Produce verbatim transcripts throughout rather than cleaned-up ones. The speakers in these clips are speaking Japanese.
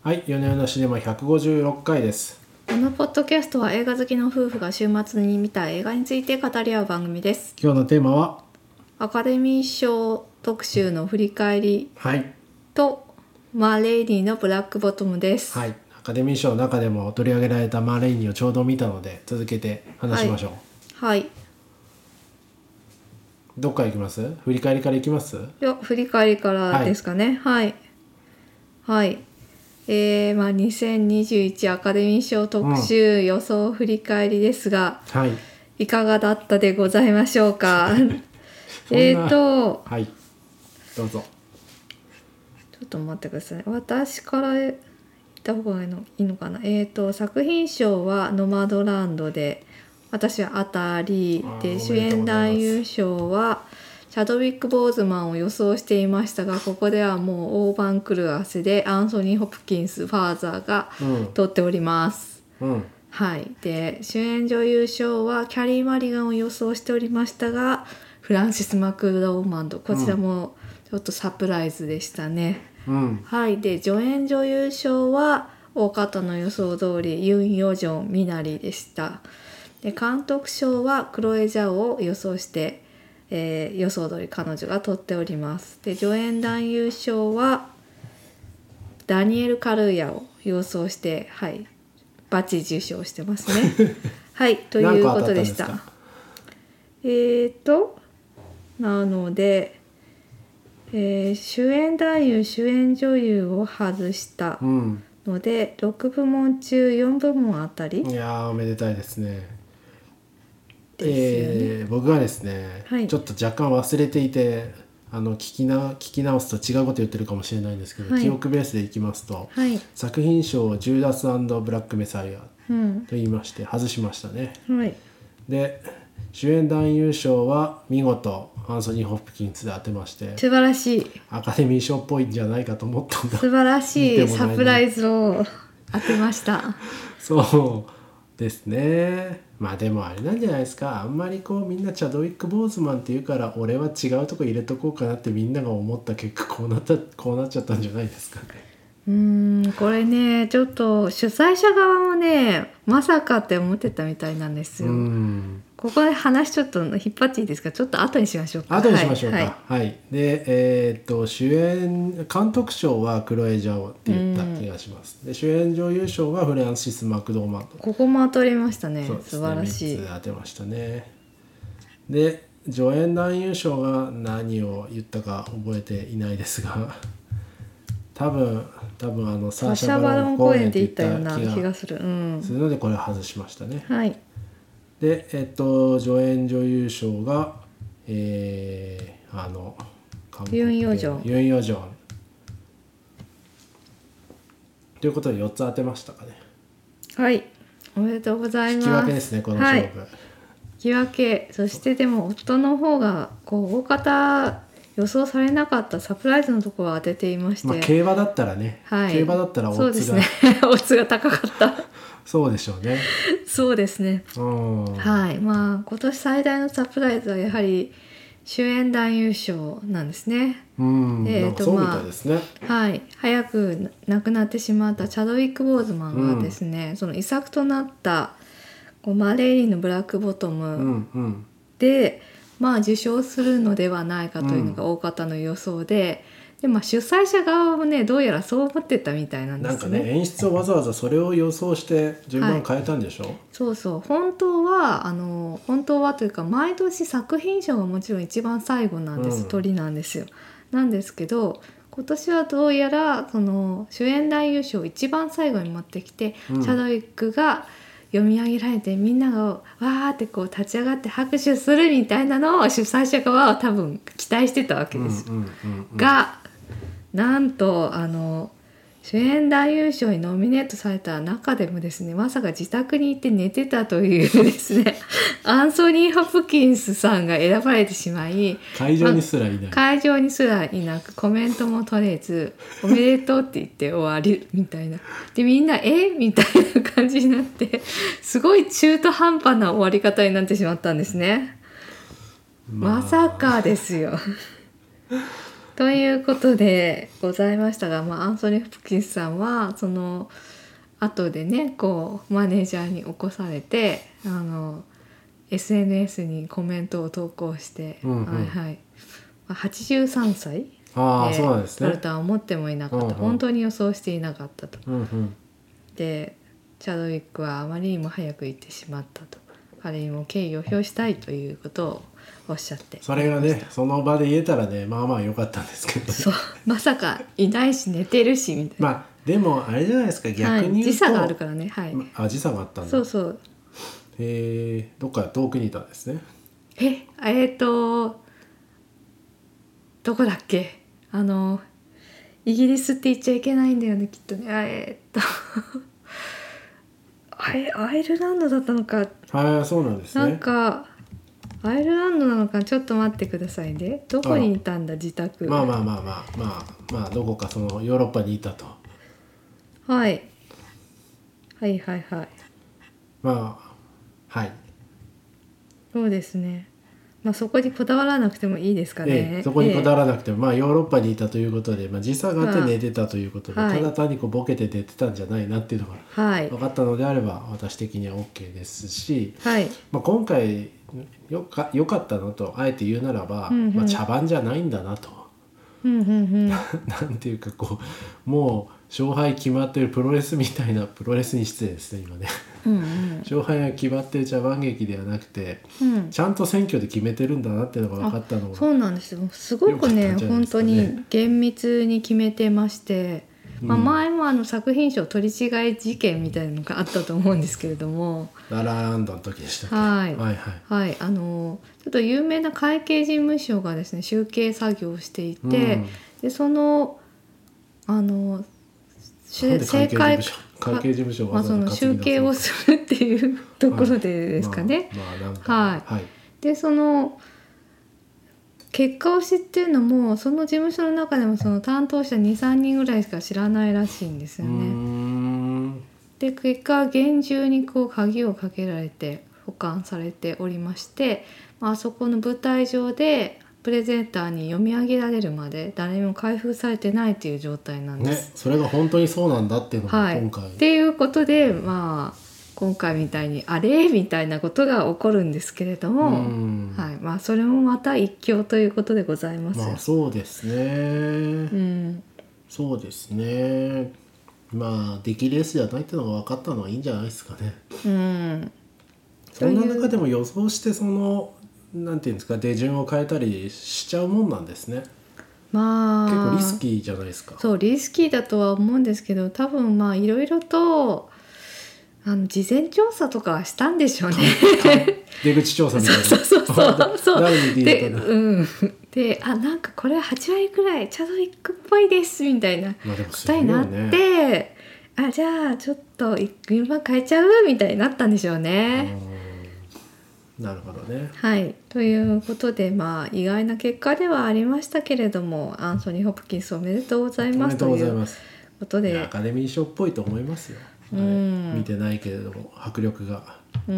はい、夜な夜なシネマひゃくごじゅうろっかいです。 このポッドキャストは映画好きの夫婦が週末に見た映画について語り合う番組です。 今日のテーマはアカデミー賞特集の振り返りはいとマーレイニーのブラックボトムです。 はい、アカデミー賞の中でも取り上げられたマーレイニーをちょうど見たので続けて話しましょう。 はい、はい、 どっから行きます？振り返りから行きます？ いや振り返りからですかね。はいはい、はい、えーまあ、にせんにじゅういちアカデミー賞特集予想振り返りですが、 うん、はい、 いかがだったでございましょうか。えっとはい、どうぞ。 ちょっと待ってください。私から言った方がいいの、いいのかな。えっと作品賞はノマドランドで、私は当たりで、主演男優賞はチャドウィック・ボーズマンを予想していましたが、ここではもう大番狂わせでアンソニー・ホプキンスファーザーが取っております。 うんうん、 はい。で主演女優賞はキャリー・マリガンを予想しておりましたが、フランシス・マクドーマンド、こちらもちょっとサプライズでしたね。 うん、 はい。で助演女優賞は大方の予想通りユン・ヨジョン・ミナリでした。で監督賞はクロエ・ジャオを予想して、えー、予想通り彼女が取っております。で助演男優賞はダニエル・カルーヤを予想して、はい、バチ受賞してますね。はいということでした。えーとなので、えー、主演男優主演女優を外したので、うん、ろくぶもん中よんぶもんあたり。 いやーおめでたいですね。ですよね。えー、僕はですね、はい、ちょっと若干忘れていてあの聞きな聞き直すと違うこと言ってるかもしれないんですけど、はい、記憶ベースでいきますと、はい、作品賞ジューダス&ブラックメサイアと言いまして外しましたね。はい、で主演男優賞は見事アンソニー・ホプキンスで当てまして、 素晴らしい、 アカデミー賞っぽいんじゃないかと思ったんだ。 素晴らしいサプライズを当てました。 そうですね。まあでもあれなんじゃないですか、あんまりこうみんなチャドウィック・ボーズマンって言うから俺は違うとこ入れとこうかなってみんなが思った結果こうなったこうなっちゃったんじゃないですかね。 うーんこれねちょっと主催者側もねまさかって思ってたみたいなんですよ。うん、ここで話ちょっと引っ張っていいですか？ちょっと後にしましょうか。 後にしましょうか。はい、はいはい、でえー、っと主演監督賞はクロエ・ジャオって言った気がします。で主演女優賞はフランシス・マクドーマンド。 ここも当たりましたね。 そうですね、 素晴らしい。 みっつ当てましたね。で助演男優賞が何を言ったか覚えていないですが、多分多分あのサーシャ・バロン公演って言ったような気がするのでこれ外しましたね。 はい、 でえっと助演女優賞が、えー、あのユン・ヨジョンユン・ヨジョンということでよっつ当てましたかね。 はい、おめでとうございます。 引き分けですねこの勝負。はい、 引き分け。そしてでも夫の方がこう大方予想されなかったサプライズのところを当てていまして、 まあ、競馬だったらね、はい、競馬だったらオッズがそうですねオッズが高かったそうでしょうね。 そうですね。はい、まあ今年最大のサプライズはやはり主演男優賞なんですね。 うん、えー、なんかそうみたいですね。 まあ、はい、早く亡くなってしまったチャドウィック・ボーズマンがですね、うん、その遺作となったこうマーレイリーのブラックボトムで、うんうん、まあ受賞するのではないかというのが大方の予想で、うん、でまあ主催者側もねどうやらそう思ってたみたいなんですね。 なんかね演出をわざわざそれを予想して順番変えたんでしょ、はい、 そうそう本当はあの本当はというか毎年作品賞がもちろん一番最後なんです、うん、鳥なんですよ。なんですけど今年はどうやらその主演男優賞を一番最後に持ってきて、うん、チャドウィックが読み上げられてみんながわーってこう立ち上がって拍手するみたいなのを主催者側は多分期待してたわけです、うんうんうんうん、がなんとあの主演男優賞にノミネートされた中でもですねまさか自宅に行って寝てたというですねアンソニー・ホプキンスさんが選ばれてしまい会場にすらいない会場にすらいなくコメントも取れずおめでとうって言って終わりみたいなでみんなえみたいな感じになってすごい中途半端な終わり方になってしまったんですね、まあ、まさかですよとということでございましたが、まあ、アンソニー・ホプキンスさんはその後でねこうマネージャーに起こされてあの エスエヌエス にコメントを投稿して、 うんうん、 はいはい、はちじゅうさんさいあー、そうなんですね、 なるとは思ってもいなかった、うんうん、本当に予想していなかったと、 うんうん、 でチャドウィックはあまりにも早く行ってしまったと、彼にも敬意を表したいということをおっしゃって、 それがねその場で言えたらねまあまあ良かったんですけど、ね、 そうまさかいないし寝てるしみたいな、 まあでもあれじゃないですか、逆に言うと、はい、 時差があるからね、はい、 あ時差があったんだ、 そうそう、 へえ、どっか遠くにいたんですね。 ええー、とどこだっけ、あのイギリスって言っちゃいけないんだよねきっとね、えー、っとアイアイルランドだったのか、 はい、そうなんですね。 なんかアイルランドなのか、ちょっと待ってくださいね、どこにいたんだ自宅、 まあまあまあまあまあまあどこかそのヨーロッパにいたと、 はい、はいはいはい、 まあはいそうですね、まあ、そこにこだわらなくてもいいですかね、 ええ、そこにこだわらなくても、ええ、まあヨーロッパにいたということで、まあ、時差があって寝てたということで、 はい、 ただ単にこうボケて寝てたんじゃないなっていうのが分かったのであれば、はい、私的には OK ですし、はい、まあ、今回よか、よかったのとあえて言うならば、うんうん、まあ、茶番じゃないんだなと、うんうんうん、なんていうかこうもう勝敗決まってるプロレスみたいな、プロレスに失礼ですね今ね、うんうん、勝敗が決まってる茶番劇ではなくて、うん、ちゃんと選挙で決めてるんだなっていうのが分かったのが、 そうなんですよ、すごくね本当に厳密に決めてまして、うん、まあ、前もあの作品賞取り違い事件みたいなのがあったと思うんですけれども、 ララランドの時でしたっけ、 はい、はいはい、あのちょっと有名な会計事務所がですね集計作業をしていて、うん、でそのあの正解会計事務所はその集計をするっていうところでですかね、はい、でその結果を知ってるのもその事務所の中でもその担当者 にさんにんぐらいしか知らないらしいんですよね。うーん、で結果厳重にこう鍵をかけられて保管されておりまして、まあそこの舞台上でプレゼンターに読み上げられるまで誰も開封されてないという状態なんです、 ね、それが本当にそうなんだっていうのが今回、 はい、っていうことで、まあ、今回みたいにあれみたいなことが起こるんですけれども、はい、まあ、それもまた一興ということでございます。 まあそうですね、うん、そうですね、まあ出来レースじゃないっていうのが分かったのはいいんじゃないですかね、うん、そんな中でも予想してそのなんていうんですか手順を変えたりしちゃうもんなんですね。まあ結構リスキーじゃないですか。 そうリスキーだとは思うんですけど、多分まあいろいろとあの事前調査とかはしたんでしょうね出口調査みたいなそうそうそうそう誰にで、うん、であなんかこれははち割くらいチャドウィックっぽいですみたいな答えになって、ね、あじゃあちょっと順番変えちゃうみたいになったんでしょうね。 なるほどね。 はい、ということで、まあ、意外な結果ではありましたけれども、アンソニー・ホプキンスおめでとうございますということで、 アカデミー賞っぽいと思いますよ、うん、はい、見てないけれども迫力が、うん、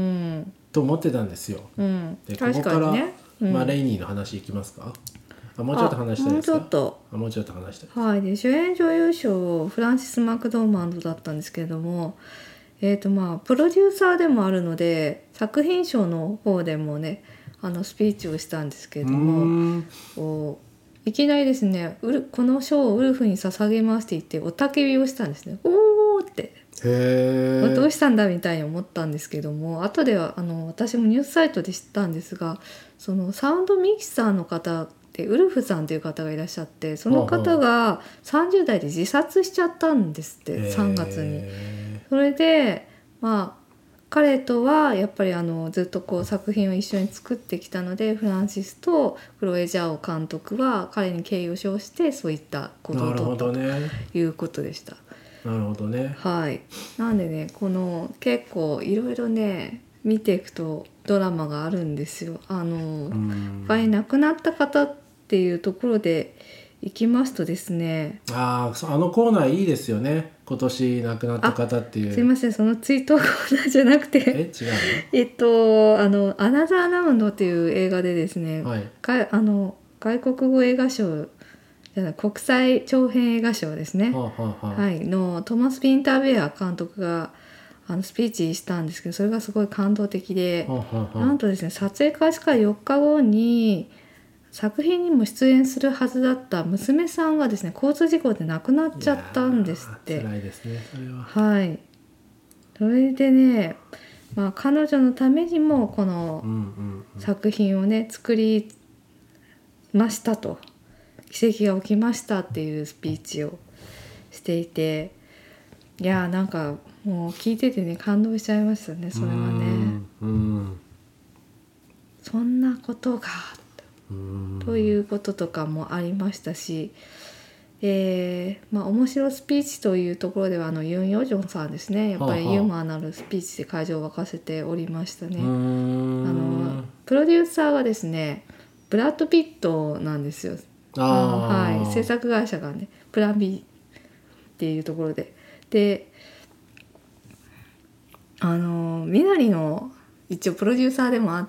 と思ってたんですよ、うん、でここから、ね、うん、まあ、レイニーの話いきますか。あもうちょっと話したいですか。もうちょっとあもうちょっと話したいです、 はい、で主演女優賞フランシス・マクドーマンドだったんですけれども、えーとまあ、プロデューサーでもあるので作品賞の方でもねあのスピーチをしたんですけれども、こういきなりですねウルこの賞をウルフに捧げますって言って雄たけびをしたんですね。おーってへどうしたんだみたいに思ったんですけども、後ではあの私もニュースサイトで知ったんですが、そのサウンドミキサーの方でウルフさんという方がいらっしゃって、その方がさんじゅう代で自殺しちゃったんですってさんがつに。それでまあ彼とはやっぱりあのずっとこう作品を一緒に作ってきたので、フランシスとクロエ・ジャオ監督は彼に敬意を表してそういったことを取ったということでした。 なるほどね。 はい。なんでねこの結構いろいろね見ていくとドラマがあるんですよ。あのやっぱり亡くなった方っていうところでいきますとですね、 ああのコーナーいいですよね。今年亡くなった方っていう。 すいません、その追悼コーナーじゃなくてえ違うのえっとあのアナザーラウンドっていう映画でですね、 はい、 かあの外国語映画賞国際長編映画賞ですね、 はあはあはあ、 はい、のトマス・ピンターベア監督があのスピーチしたんですけど、それがすごい感動的で、 はあはあはあ、 なんとですね撮影開始からよっかごに作品にも出演するはずだった娘さんがですね交通事故で亡くなっちゃったんですって。 辛いですねそれは。 はい。それでね、まあ、彼女のためにもこの作品をね作りましたと、奇跡が起きましたっていうスピーチをしていて、いやーなんかもう聞いててね感動しちゃいましたね。それはね、 うんうん、 そんなことがということとかもありましたし、えーまあ、面白スピーチというところではあのユン・ヨジョンさんですね、やっぱりユーモアのあるスピーチで会場を沸かせておりましたね。あのプロデューサーがですねブラッド・ピットなんですよ。あはい、制作会社がねプラン B っていうところでであのみなりの一応プロデューサーでもあって、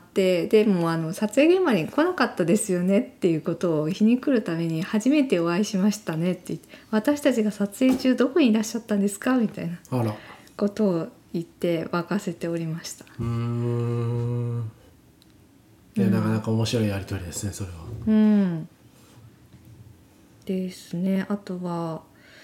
でもあの撮影現場に来なかったですよねっていうことを皮に来るために初めてお会いしましたねって言って、私たちが撮影中どこにいらっしゃったんですかみたいなことを言って沸かせておりました。 うーん、いや、なかなか面白いやり取りですねそれは。 うんですね。あとは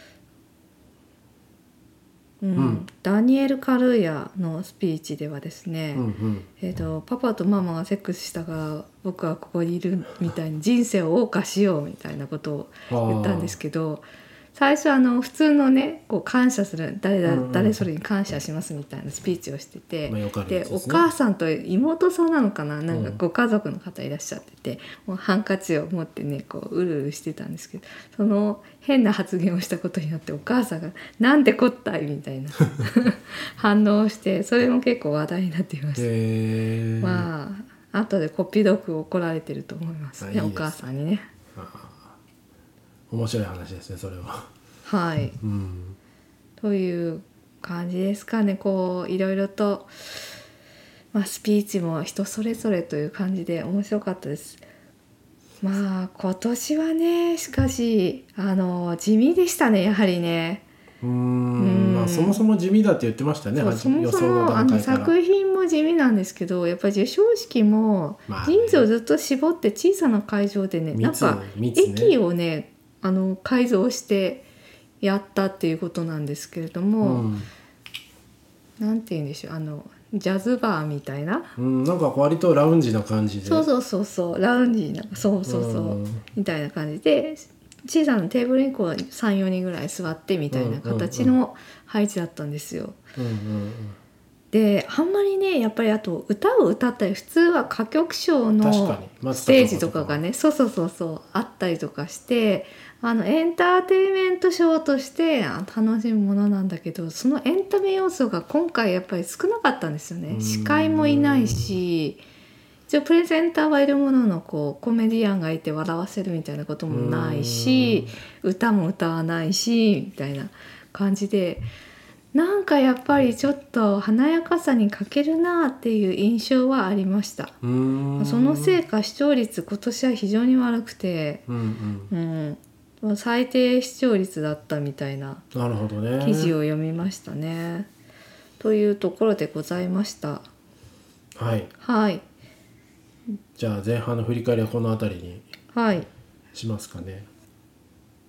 うんうん、ダニエル・カルーヤのスピーチではですね、うんうん、えーと、パパとママがセックスしたから僕はここにいるみたいに人生を謳歌しようみたいなことを言ったんですけど、最初あの普通のねこう感謝する 誰, だ、うんうん、誰それに感謝しますみたいなスピーチをしてて、まあ、で、ね、お母さんと妹さんなのかな、なんかご家族の方いらっしゃってて、うん、もうハンカチを持ってねこううるうるしてたんですけど、その変な発言をしたことによってお母さんがなんてこったいみたいな反応をして、それも結構話題になっていました。へー、まあ後でこっぴどく怒られてると思いますね、いいですお母さんにね。 面白い話ですねそれは。 はい、うん、という感じですかね。こういろいろと、まあ、スピーチも人それぞれという感じで面白かったです。まあ今年はねしかしあの地味でしたねやはりね。 うーん、うんまあ、そもそも地味だって言ってましたね。 そうそもそもあの作品も地味なんですけど、やっぱり授賞式も人数をずっと絞って小さな会場でね、まあ、ねなんか駅をねあの改造してやったっていうことなんですけれども、うん、なんて言うんでしょう、あのジャズバーみたいな、 うん、なんか割とラウンジな感じで、 そうそうそうそうラウンジなそうそうそう、うん、みたいな感じで小さなテーブルにこう さん,よ 人ぐらい座ってみたいな形の配置だったんですよ。うんうんうん、であんまりねやっぱりあと歌を歌ったり普通は歌曲賞のステージとかがねそうそうそうそうあったりとかして、あのエンターテインメントショーとして楽しむものなんだけど、そのエンタメ要素が今回やっぱり少なかったんですよね。司会もいないし、一応プレゼンターはいるもののこうコメディアンがいて笑わせるみたいなこともないし、歌も歌わないしみたいな感じで、なんかやっぱりちょっと華やかさに欠けるなっていう印象はありました。うーん、そのせいか視聴率今年は非常に悪くて、うんうんうん、最低視聴率だったみたいな記事を読みましたね。というところでございました。 はい、 はい、 じゃあ前半の振り返りはこの辺りにしますかね。はい、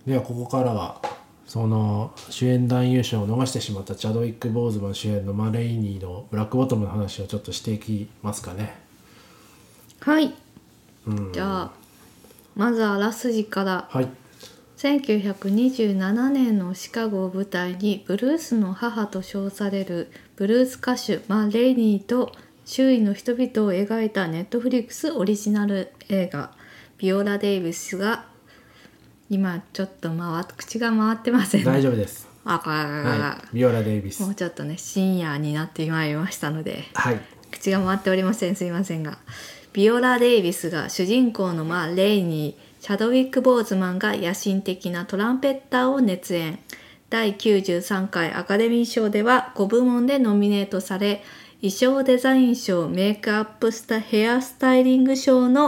ではここからはその主演男優賞を逃してしまったチャドウィック・ボーズマン主演のマレイニーのブラックボトムの話をちょっとしていきますかね。 はい、うん、じゃあまずあらすじから、はい、せんきゅうひゃくにじゅうななねんのシカゴを舞台にブルースの母と称されるブルース歌手マレイニーと周囲の人々を描いたネットフリックスオリジナル映画、ビオラ・デイビスが今ちょっと回口が回ってません、ね、 大丈夫です。 あかはい、ビオラ・デイビスもうちょっとね深夜になってまいりましたので、 はい、 口が回っておりません、すいませんが、ビオラ・デイビスが主人公のマ・レイニー、チャドウィック・ボーズマンが野心的なトランペッターを熱演。だいきゅうじゅうさんかいアカデミー賞ではごぶもんでノミネートされ、衣装デザイン賞、メイクアップスタヘアスタイリング賞の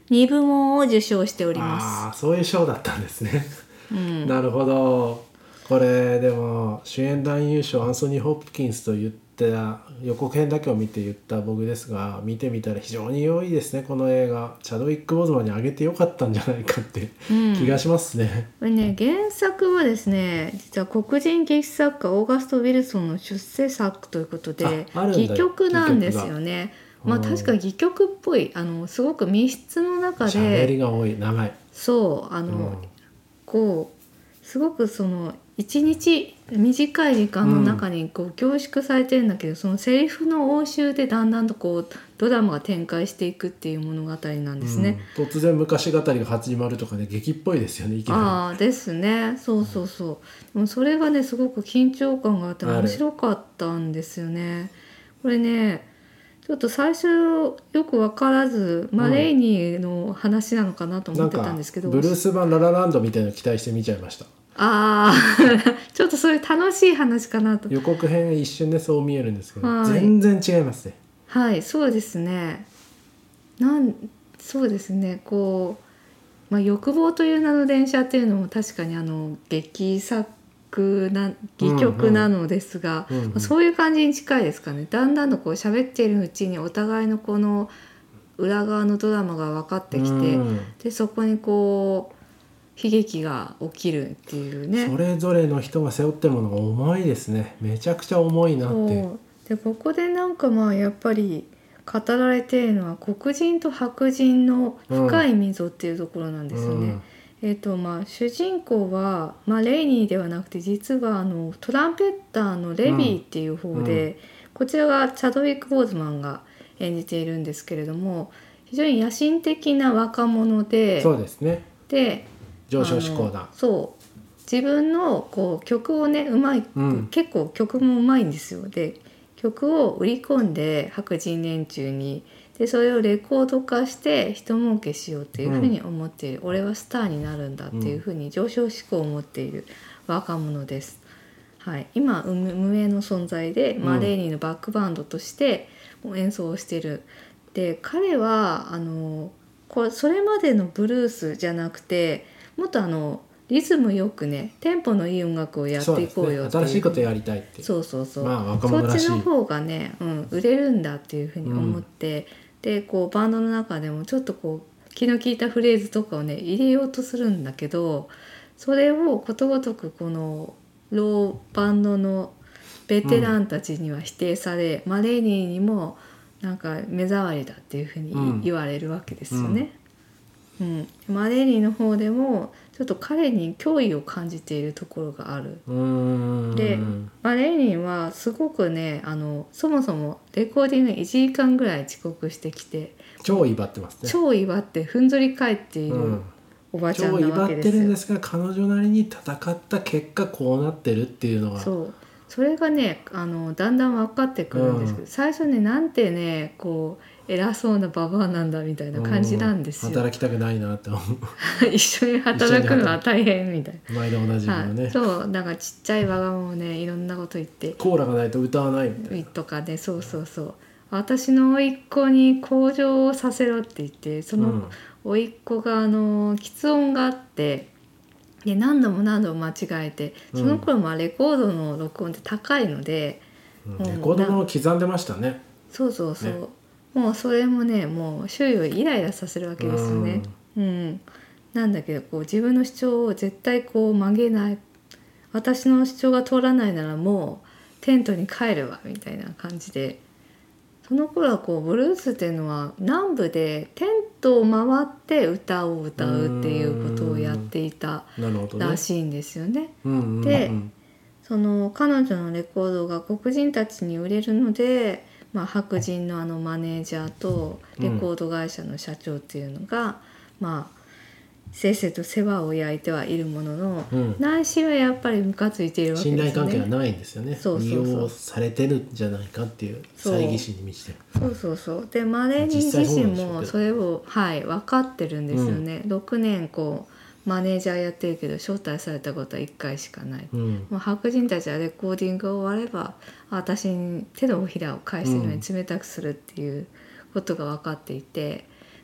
にぶもんを受賞しております。 ああ、そういう賞だったんですね。 うん、 なるほど。これでも主演男優賞アンソニー・ホプキンスと言った予告編だけを見て言った僕ですが、見てみたら非常に良いですね。この映画チャドウィック・ボズマンにあげてよかったんじゃないかって気がしますね。 うん、これね、原作はですね、実は黒人劇作家オーガスト・ウィルソンの出世作ということで戯曲なんですよね。まあ確か戯曲っぽい、あのすごく密室の中で喋りが多い、長い。 そうあの、うん、こうすごくその一日短い時間の中にこう凝縮されてるんだけど、うん、そのセリフの応酬でだんだんとこうドラマが展開していくっていう物語なんですね。 うん、突然昔語りが始まるとかね、劇っぽいですよね。いきなり。 ああですね、そうそうそう。でもそれがねすごく緊張感があって面白かったんですよね。これねちょっと最初よく分からずマレーニーの話なのかなと思ってたんですけど、 うん、ブルース版ララランドみたいなの期待して見ちゃいました。 ああちょっとそういう楽しい話かなと。 予告編一瞬でそう見えるんですけど、はい、全然違いますね。 はい、そうですね。なんそうですねこう、まあ、欲望という名の電車っていうのも確かにあの劇作な戯曲なのですが、うんうんまあ、そういう感じに近いですかね。だんだんとこう喋っているうちにお互いのこの裏側のドラマが分かってきて、うん、でそこにこう悲劇が起きるっていうね。 それぞれの人が背負ってるものが重いですね。めちゃくちゃ重いなって。 でここでなんかまあやっぱり語られているのは黒人と白人の深い溝っていうところなんですよね。うんえーとまあ、主人公は、まあ、レイニーではなくて実はあのトランペッターのレビーっていう方で、うん、こちらがチャドウィック・ボーズマンが演じているんですけれども、非常に野心的な若者で、 そうですね。 で上昇志向だ。 そう自分のこう曲をねうまい、うん、結構曲もうまいんですよ。で曲を売り込んで白人連中にでそれをレコード化して人儲けしようっていうふうに思っている、うん、俺はスターになるんだっていうふうに上昇志向を持っている若者です、はい、今無名の存在で、まあ、レイニーのバックバンドとして演奏をしている。で彼はあのこれそれまでのブルースじゃなくてもっとあのリズムよくねテンポのいい音楽をやっていこうよっていう、 ね、新しいことやりたいってそうそうそう、 まあ、若者らしい。 そっちの方がね、うん、売れるんだっていうふうに思って、うん、でこうバンドの中でもちょっとこう気の利いたフレーズとかをね入れようとするんだけど、それをことごとくこのローバンドのベテランたちには否定され、うん、マレーニーにもなんか目障りだっていうふうに言われるわけですよね、うんうん、マレーニーの方でもちょっと彼に脅威を感じているところがある。 うーんでマレーニーはすごくねあのそもそもレコーディングいちじかんぐらい遅刻してきて超威張ってますね。 超威張ってふんぞり返っているおばちゃんなわけですよ、 超威張ってるんですが彼女なりに戦った結果こうなってるっていうのがそうそれがねあのだんだん分かってくるんですけど、うん、最初ねなんてねこう偉そうなババアなんだみたいな感じなんですよ、 うん、働きたくないなって思う一緒に働くのは大変みたいな毎度同じものね、 はい、そうだからちっちゃいわがままねいろんなこと言ってコーラがないと歌わないみたいなとかねそうそうそう私の甥っ子に向上をさせろって言ってその甥っ子があの喫音があってで何度も何度も間違えてその頃はレコードの録音って高いので、 うん、レコードも刻んでましたね。 そうそうそう、ね、もうそれもねもう周囲をイライラさせるわけですよね、うん、うん、なんだけどこう自分の主張を絶対こう曲げない、私の主張が通らないならもうテントに帰るわみたいな感じで、その頃はこうブルースっていうのは南部でテントを回って歌を歌うっていうことをやっていたらしいんですよね。でその彼女のレコードが黒人たちに売れるので、まあ、白人のあのマネージャーとレコード会社の社長っていうのが、うん、まあせいせいと世話を焼いてはいるものの、うん、内心はやっぱりムカついているわけですよね。信頼関係はないんですよね。そうそうそう、 利用されてるんじゃないかっていう猜疑心に満ちてる。 そうそうそうでマレーニー自身もそれを、はい、分かってるんですよね、うん、ろくねんこうマネージャーやってるけど招待されたことはいっかいしかない、うん、もう白人たちはレコーディングが終われば私に手のひらを返してるのに冷たくするっていうことが分かっていて、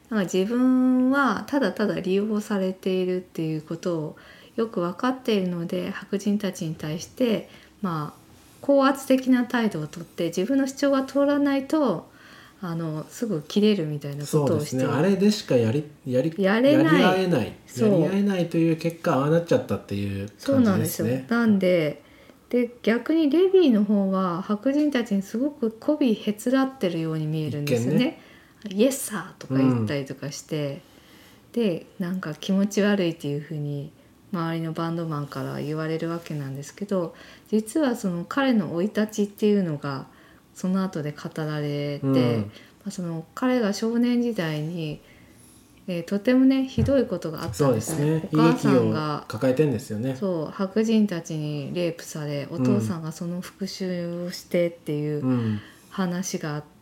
なんか自分はただただ利用されているっていうことをよく分かっているので、白人たちに対してまあ高圧的な態度をとって、自分の主張が通らないとあのすぐ切れるみたいなことをして、 そうですね、あれでしかやりやりやれないやり合えないやり合えないという結果ああなっちゃったっていう感じですね。 そうなんですよ。なんでで逆にレビーの方は白人たちにすごく媚びへつらってるように見えるんですよね。イエスサーとか言ったりとかして、うん、でなんか気持ち悪いっていうふうに周りのバンドマンから言われるわけなんですけど、実はその彼の生い立ちっていうのがその後で語られて、うん、まあ、その彼が少年時代に、えー、とてもねひどいことがあったんですね。 そうですね、 お母さんが抱えてんですよね。 そう白人たちにレイプされ、お父さんがその復讐をしてっていう話があって、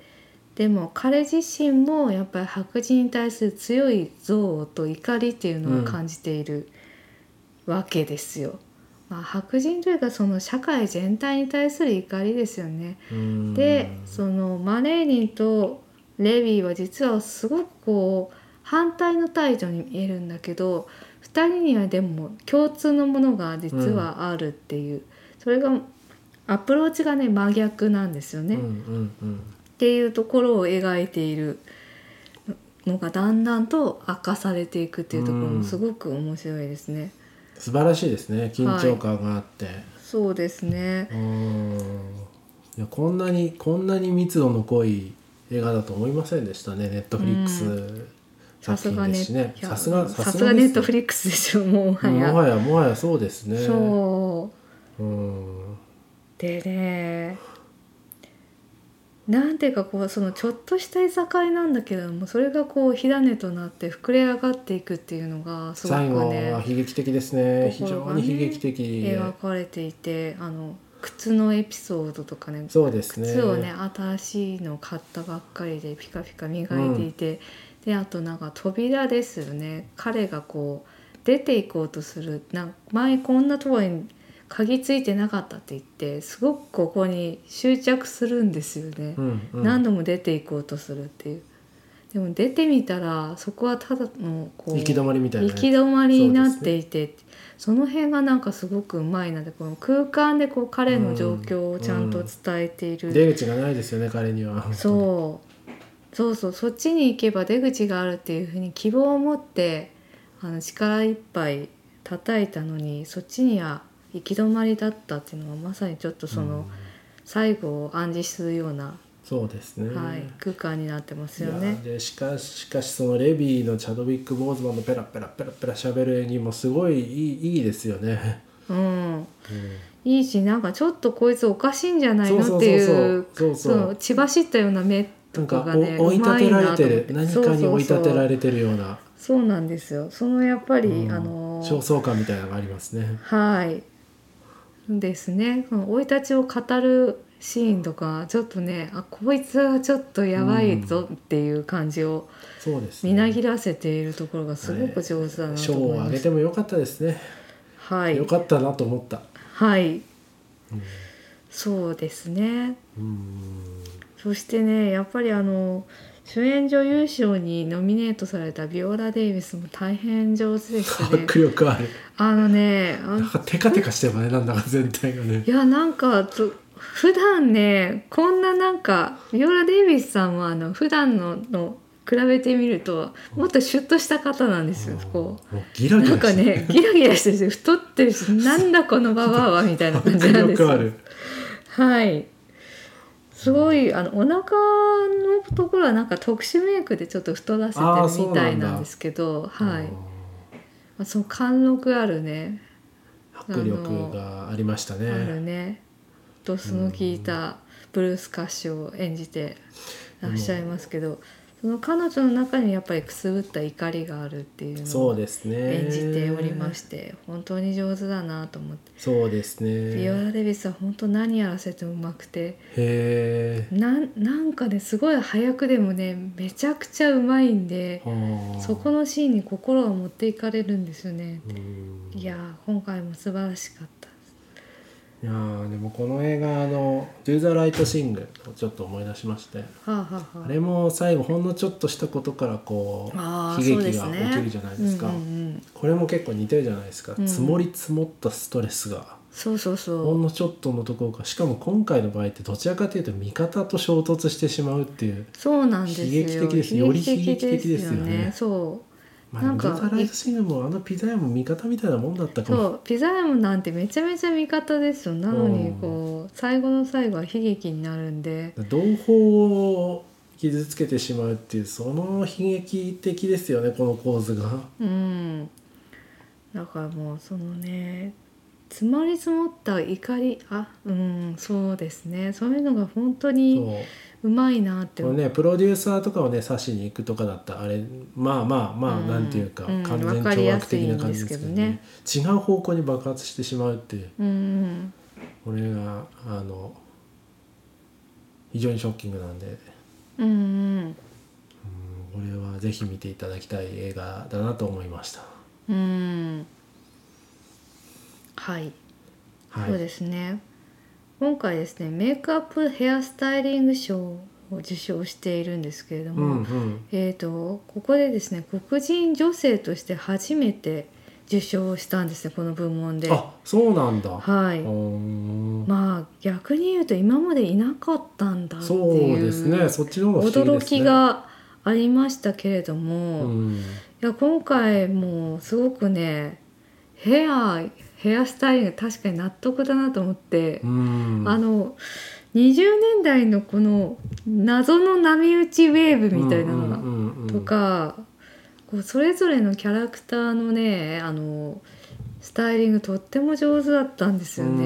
うん、でも彼自身もやっぱり白人に対する強い憎悪と怒りっていうのを感じているわけですよ。まあ、白人というかその社会全体に対する怒りですよね。でそのマレーニーとレビーは実はすごくこう反対の態度に見えるんだけど、ふたりにはでも共通のものが実はあるっていう、うん、それがアプローチがね真逆なんですよね、うんうんうん、っていうところを描いているのがだんだんと明かされていくっていうところもすごく面白いですね、 うん、素晴らしいですね。緊張感があって、はい、 そうですね。 うん、いやこんなにこんなに密度の濃い映画だと思いませんでしたね。ネットフリックス作品ですしね。さすがさすがネットフリックスですよ。もはやもはやもはやそうですね。 そう、 うん、 でね、なんていうかこうそのちょっとしたいさかいなんだけれども、それがこう火種となって膨れ上がっていくっていうのがすごくね、 最後は悲劇的ですね。非常に悲劇的描かれていて、あの靴のエピソードとかね、 そうですね、 靴をね新しいのを買ったばっかりでピカピカ磨いていて、うん、であとなんか扉ですよね。彼がこう出ていこうとする、なん前こんなところに鍵ついてなかったって言ってすごくここに執着するんですよね、うんうん、何度も出ていこうとするっていう。でも出てみたらそこはただのこう行き止まりみたいな、 行き止まりになっていて、 そ,、ね、その辺がなんかすごくうまいなで、この空間でこう彼の状況をちゃんと伝えている、うんうん、 出口がないですよね彼には。 そうそうそう、そっちに行けば出口があるっていうふうに希望を持ってあの力いっぱい叩いたのに、そっちには行き止まりだったっていうのはまさにちょっとその最後を暗示するような、 そうですね、 はい、空間になってますよね。 でしかし、しかしそのレビーのチャドウィック・ボーズマンのペラペラペラペラ喋る演技もすごいいい、いいですよね、うんうん、 いいし、なんかちょっとこいつおかしいんじゃないのっていう血走ったような目とかがね、 追い立てられてる、何かに追い立てられてるような、 そうなんですよ。そのやっぱり、うん、あの焦燥感みたいなのがありますね。 はいですね。この生い立ちを語るシーンとかちょっとね、あこいつはちょっとやばいぞっていう感じをみなぎらせているところがすごく上手だなと思います。 賞をあげてもよかったですね。 はい。 よかったなと思った。 はい。うん、そうですね。うん、そしてね、やっぱりあの主演女優賞にノミネートされたビオラ・デイビスも大変上手でしたね。 迫力ある。 あのね、 なんかテカテカしてるもんね、なんだか全体がね。 いや、なんか普段ね、こんななんかビオラ・デイビスさんはあの普段のの比べてみるともっとシュッとした方なんですよ。こうギラギラしてなんかね、ギラギラしてるし太ってるし、なんだこのババアはみたいな感じなんですよ。迫力ある。はい。すごいあのお腹のところはなんか特殊メイクでちょっと太らせてるみたいなんですけど、はい、その貫禄あるね、 迫力がありましたね。 あるね、ドスの効いたブルース歌手を演じてらっしゃいますけど、その彼女の中にやっぱりくすぶった怒りがあるっていうのを演じておりまして、本当に上手だなと思って。 そうですね。 ビオラ・デイビスは本当何やらせてもうまくて、 へー、 な, なんかねすごい早くでもねめちゃくちゃうまいんで、そこのシーンに心を持っていかれるんですよね。いや今回も素晴らしかった。 いやでもこの映画の「Do the Right Thing」をちょっと思い出しまして、はあはあはあ、 あれも最後ほんのちょっとしたことからこう悲劇が起きるじゃないですか。これも結構似てるじゃないですか、うん、積もり積もったストレスがそうそうそうほんのちょっとのところか、しかも今回の場合ってどちらかというと味方と衝突してしまうっていう、 そうなんですよ、 悲劇的です。より悲劇的ですよね。 そうまあ、なんかドゥザライトシングもあのピザ屋も味方みたいなもんだったかも。 そうピザ屋もなんてめちゃめちゃ味方ですよ。なのにこう最後の最後は悲劇になるんで、 同胞を傷つけてしまうっていうその悲劇的ですよね、この構図が。うんだからもうそのね積もり積もった怒り、あうんそうですね、そういうのが本当にうまいなってこれね、プロデューサーとかをね刺しに行くとかだったらあれまあまあまあ、うん、なんていうか、うん、完全懲悪的な感じですけどね、違う方向に爆発してしまうっていう、うん、これがあの非常にショッキングなんで、うんうんうん、これはぜひ見ていただきたい映画だなと思いました。うんはい、はい、そうですね。今回ですねメイクアップヘアスタイリング賞を受賞しているんですけれども、うんうん、えーと、ここでですね黒人女性として初めて受賞したんですね、この部門で。 あ、そうなんだ。 はい。まあ逆に言うと今までいなかったんだっていう、 そうですね、そっちの方が不思議ですね。 驚きがありましたけれども、うん、いや今回もすごくねヘアヘアスタイリング確かに納得だなと思って、うん、あのにじゅうねんだいのこの謎の波打ちウェーブみたいなのとか、こうそれぞれのキャラクターのねあのスタイリングとっても上手だったんですよね。うん、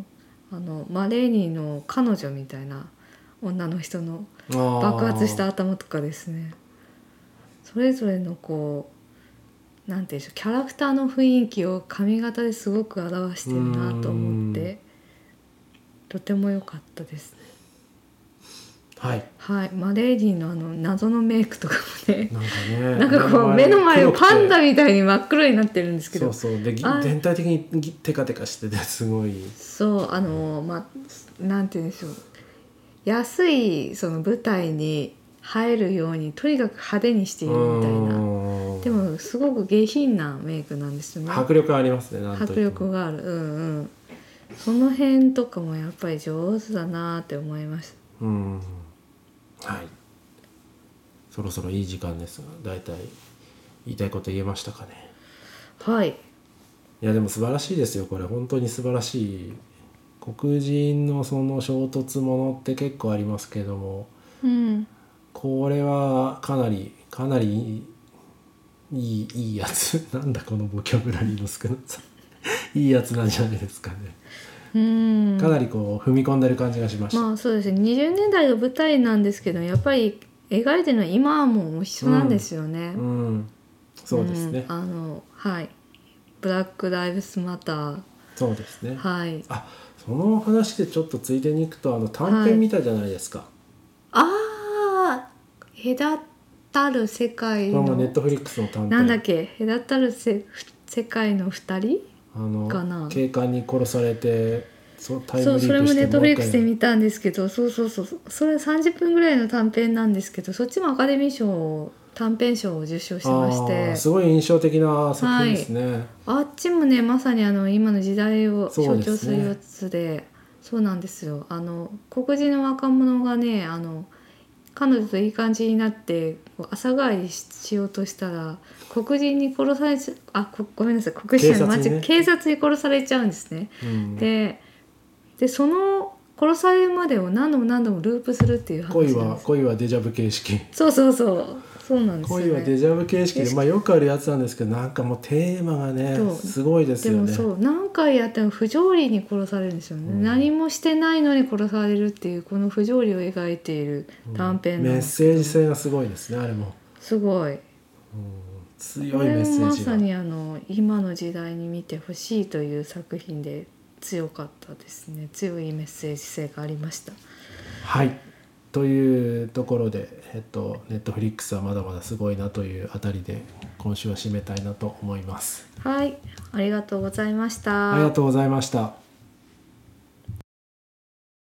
あのマレーニーの彼女みたいな女の人の爆発した頭とかですね、それぞれのこうなんていうんでしょう、キャラクターの雰囲気を髪型ですごく表してるなと思ってとても良かったですね。はい、はい、マレーディのあの謎のメイクとかもねなんかねなんかこう目の前をパンダみたいに真っ黒になってるんですけど、 そうそうで全体的にテカテカしててすごい、 そうあのまあなんていうんでしょう、安いその舞台に映えるようにとにかく派手にしているみたいな、でもすごく下品なメイクなんですよね。 迫力ありますね。なんと迫力がある、うんうん、その辺とかもやっぱり上手だなって思いました。うん、 はい。そろそろいい時間ですが、だいたい言いたいこと言えましたかね。 はい。 いやでも素晴らしいですよ、これ本当に素晴らしい。黒人のその衝突ものって結構ありますけども、うん、これはかなりかなりいいいいやつなんだこのボキャブラリーの少なさいいやつなんじゃないですかね。うんかなりこう踏み込んでる感じがしました。 まあそうですね、にじゅうねんだいが舞台なんですけどやっぱり描いてるのは今はもう一緒なんですよね。うん、うん、 そうですね、 うん、あのはいブラックライブスマター、 そうですね、 はい。 あその話でちょっとついでにいくとあの短編見たじゃないですか、はい、 ああ隔たる世界のこれもネットフリックスの短編なんだっけ、隔たるせ世界のふたりあのかな、 警官に殺されてそタイムリープしてそうそれもネットフリックスで見たんですけど、そうそうそうそれさんじゅっぷんぐらいの短編なんですけど、そっちもアカデミー賞短編賞を受賞しまして、 すごい印象的な作品ですね、はい、 あっちもねまさにあの今の時代を象徴するやつで、そうなんですよ、あの黒人の若者がねあの彼女といい感じになって朝帰りしようとしたら黒人に殺されちゃあごめんなさい黒人の街、ね、警察に殺されちゃうんですね、うん、で, でその殺されるまでを何度も何度もループするっていう話なんです。 恋は恋はデジャブ形式、 そうそうそうそうなんですよね。 恋はデジャブ形式で、まあ、よくあるやつなんですけどなんかもうテーマがねすごいですよね。 でもそう何回やっても不条理に殺されるんですよね、うん、何もしてないのに殺されるっていうこの不条理を描いている短編なんですけど、 うん、メッセージ性がすごいですねあれもすごい、うん、 強いメッセージがこれもまさにあの今の時代に見てほしいという作品で強かったですね。強いメッセージ性がありました。 はいというところで、えっと、ネットフリックスはまだまだすごいなというあたりで今週は締めたいなと思います。 はい、ありがとうございました。 ありがとうございました。